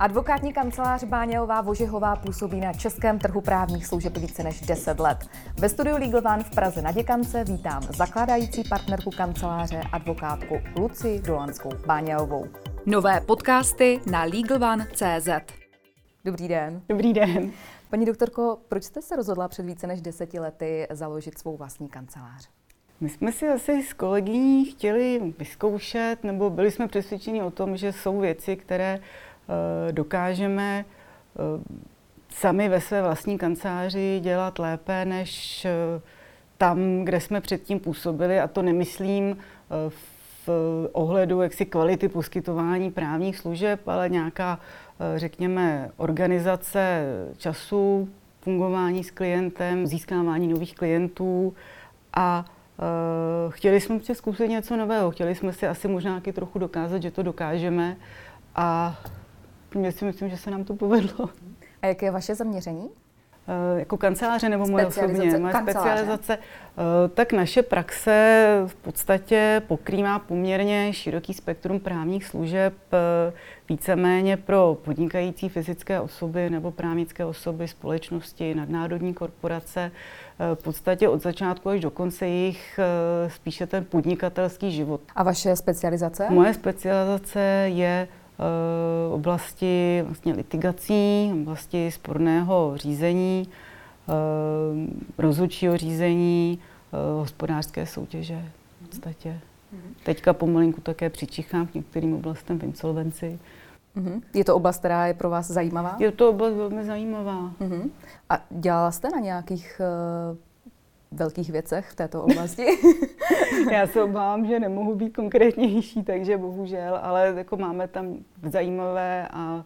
Advokátní kancelář Báňeová Vožihová působí na českém trhu právních služeb více než 10 let. Ve studiu Legal One v Praze na Děkance vítám zakládající partnerku kanceláře, advokátku Lucii Dolanskou Báňeovou. Nové podcasty na LegalOne.cz. Dobrý den. Dobrý den. Paní doktorko, proč jste se rozhodla před více než 10 lety založit svou vlastní kancelář? My jsme si asi s kolegyní chtěli vyzkoušet, nebo byli jsme přesvědčeni o tom, že jsou věci, které dokážeme sami ve své vlastní kanceláři dělat lépe, než tam, kde jsme předtím působili. A to nemyslím v ohledu jaksi kvality poskytování právních služeb, ale nějaká, řekněme, organizace času, fungování s klientem, získávání nových klientů a chtěli jsme zkusit něco nového. Chtěli jsme si asi možná taky trochu dokázat, že to dokážeme a já si myslím, že se nám to povedlo. A jaké je vaše zaměření? Jako kanceláře nebo moje osobně? Moje specializace. Tak naše praxe v podstatě pokrývá poměrně široký spektrum právních služeb, víceméně pro podnikající fyzické osoby nebo právnické osoby, společnosti, nadnárodní korporace. V podstatě od začátku až do konce jich spíše ten podnikatelský život. A vaše specializace? Moje specializace je oblasti vlastně litigací, oblasti sporného řízení, rozhodčího řízení, hospodářské soutěže v podstatě. Teďka pomalinku také přičichám k některým oblastem v insolvenci. Je to oblast, která je pro vás zajímavá? Je to oblast velmi zajímavá. A dělala jste na nějakých velkých věcech v této oblasti? Já se obávám, že nemohu být konkrétnější, takže bohužel, ale jako máme tam zajímavé a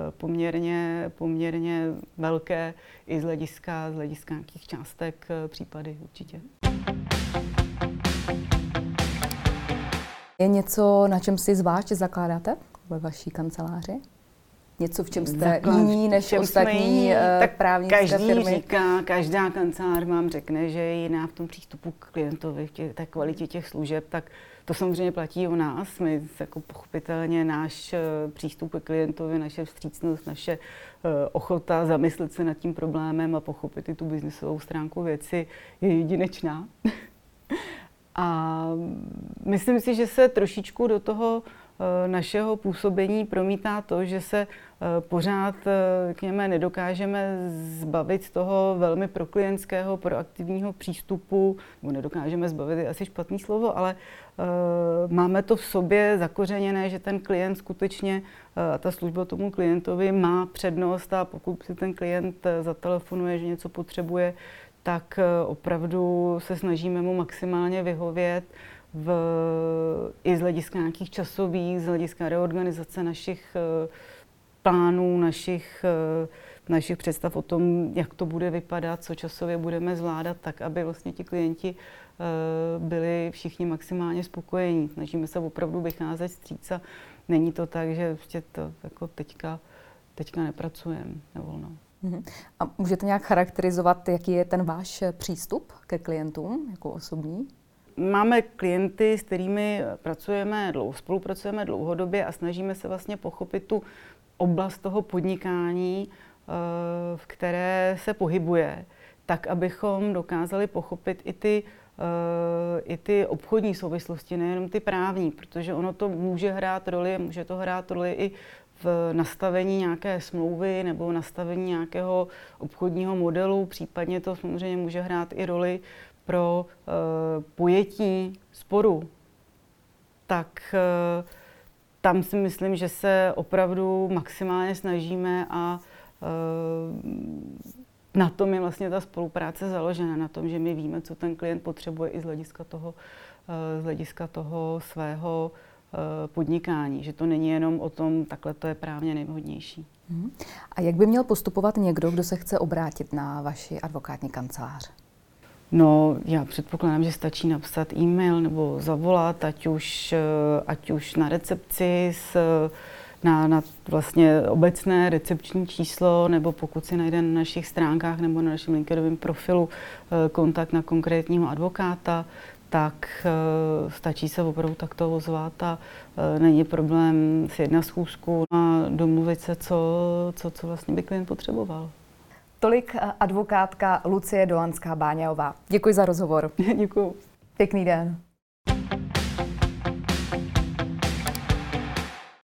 poměrně velké i z hlediska nějakých částek případy určitě. Je něco, na čem si zvlášť zakládáte ve vaší kanceláři? Něco, v čem jste jiní než ostatní právnické firmy? Každá kancelář vám řekne, že je jiná v tom přístupu k klientovi, v té kvalitě těch služeb, tak to samozřejmě platí o nás. My jako pochopitelně náš přístup k klientovi, naše vstřícnost, naše ochota zamyslet se nad tím problémem a pochopit i tu biznesovou stránku věci je jedinečná. A myslím si, že se trošičku do toho našeho působení promítá to, že se pořád řekněme, nedokážeme zbavit toho velmi proklientského, proaktivního přístupu, nebo nedokážeme zbavit, je asi špatný slovo, ale máme to v sobě zakořeněné, že ten klient skutečně, ta služba tomu klientovi má přednost a pokud si ten klient zatelefonuje, že něco potřebuje, tak opravdu se snažíme mu maximálně vyhovět i z hlediska nějakých časových, z hlediska reorganizace našich plánů, našich představ o tom, jak to bude vypadat, co časově budeme zvládat, tak aby vlastně ti klienti byli všichni maximálně spokojení. Snažíme se opravdu vycházet vstříc a není to tak, že prostě to jako teďka nepracujeme nevolno. A můžete nějak charakterizovat, jaký je ten váš přístup ke klientům jako osobní? Máme klienty, s kterými spolupracujeme dlouhodobě a snažíme se vlastně pochopit tu oblast toho podnikání, v které se pohybuje, tak abychom dokázali pochopit i ty obchodní souvislosti, nejenom ty právní, protože ono to může to hrát roli i v nastavení nějaké smlouvy nebo nastavení nějakého obchodního modelu, případně to samozřejmě může hrát i roli pro pojetí sporu. Tak tam si myslím, že se opravdu maximálně snažíme a na tom je vlastně ta spolupráce založena, na tom, že my víme, co ten klient potřebuje i z hlediska toho svého podnikání, že to není jenom o tom, takhle to je právně nejvhodnější. A jak by měl postupovat někdo, kdo se chce obrátit na vaši advokátní kancelář? No, já předpokládám, že stačí napsat e-mail nebo zavolat, ať už na recepci na vlastně obecné recepční číslo, nebo pokud si najde na našich stránkách nebo na našem LinkedInovém profilu kontakt na konkrétního advokáta, tak stačí se opravdu takto ozvat a není problém sjednat schůzku a domluvit se, co vlastně by klient potřeboval. Tolik advokátka Lucie Dolanská-Báňová. Děkuji za rozhovor. Děkuji. Pěkný den.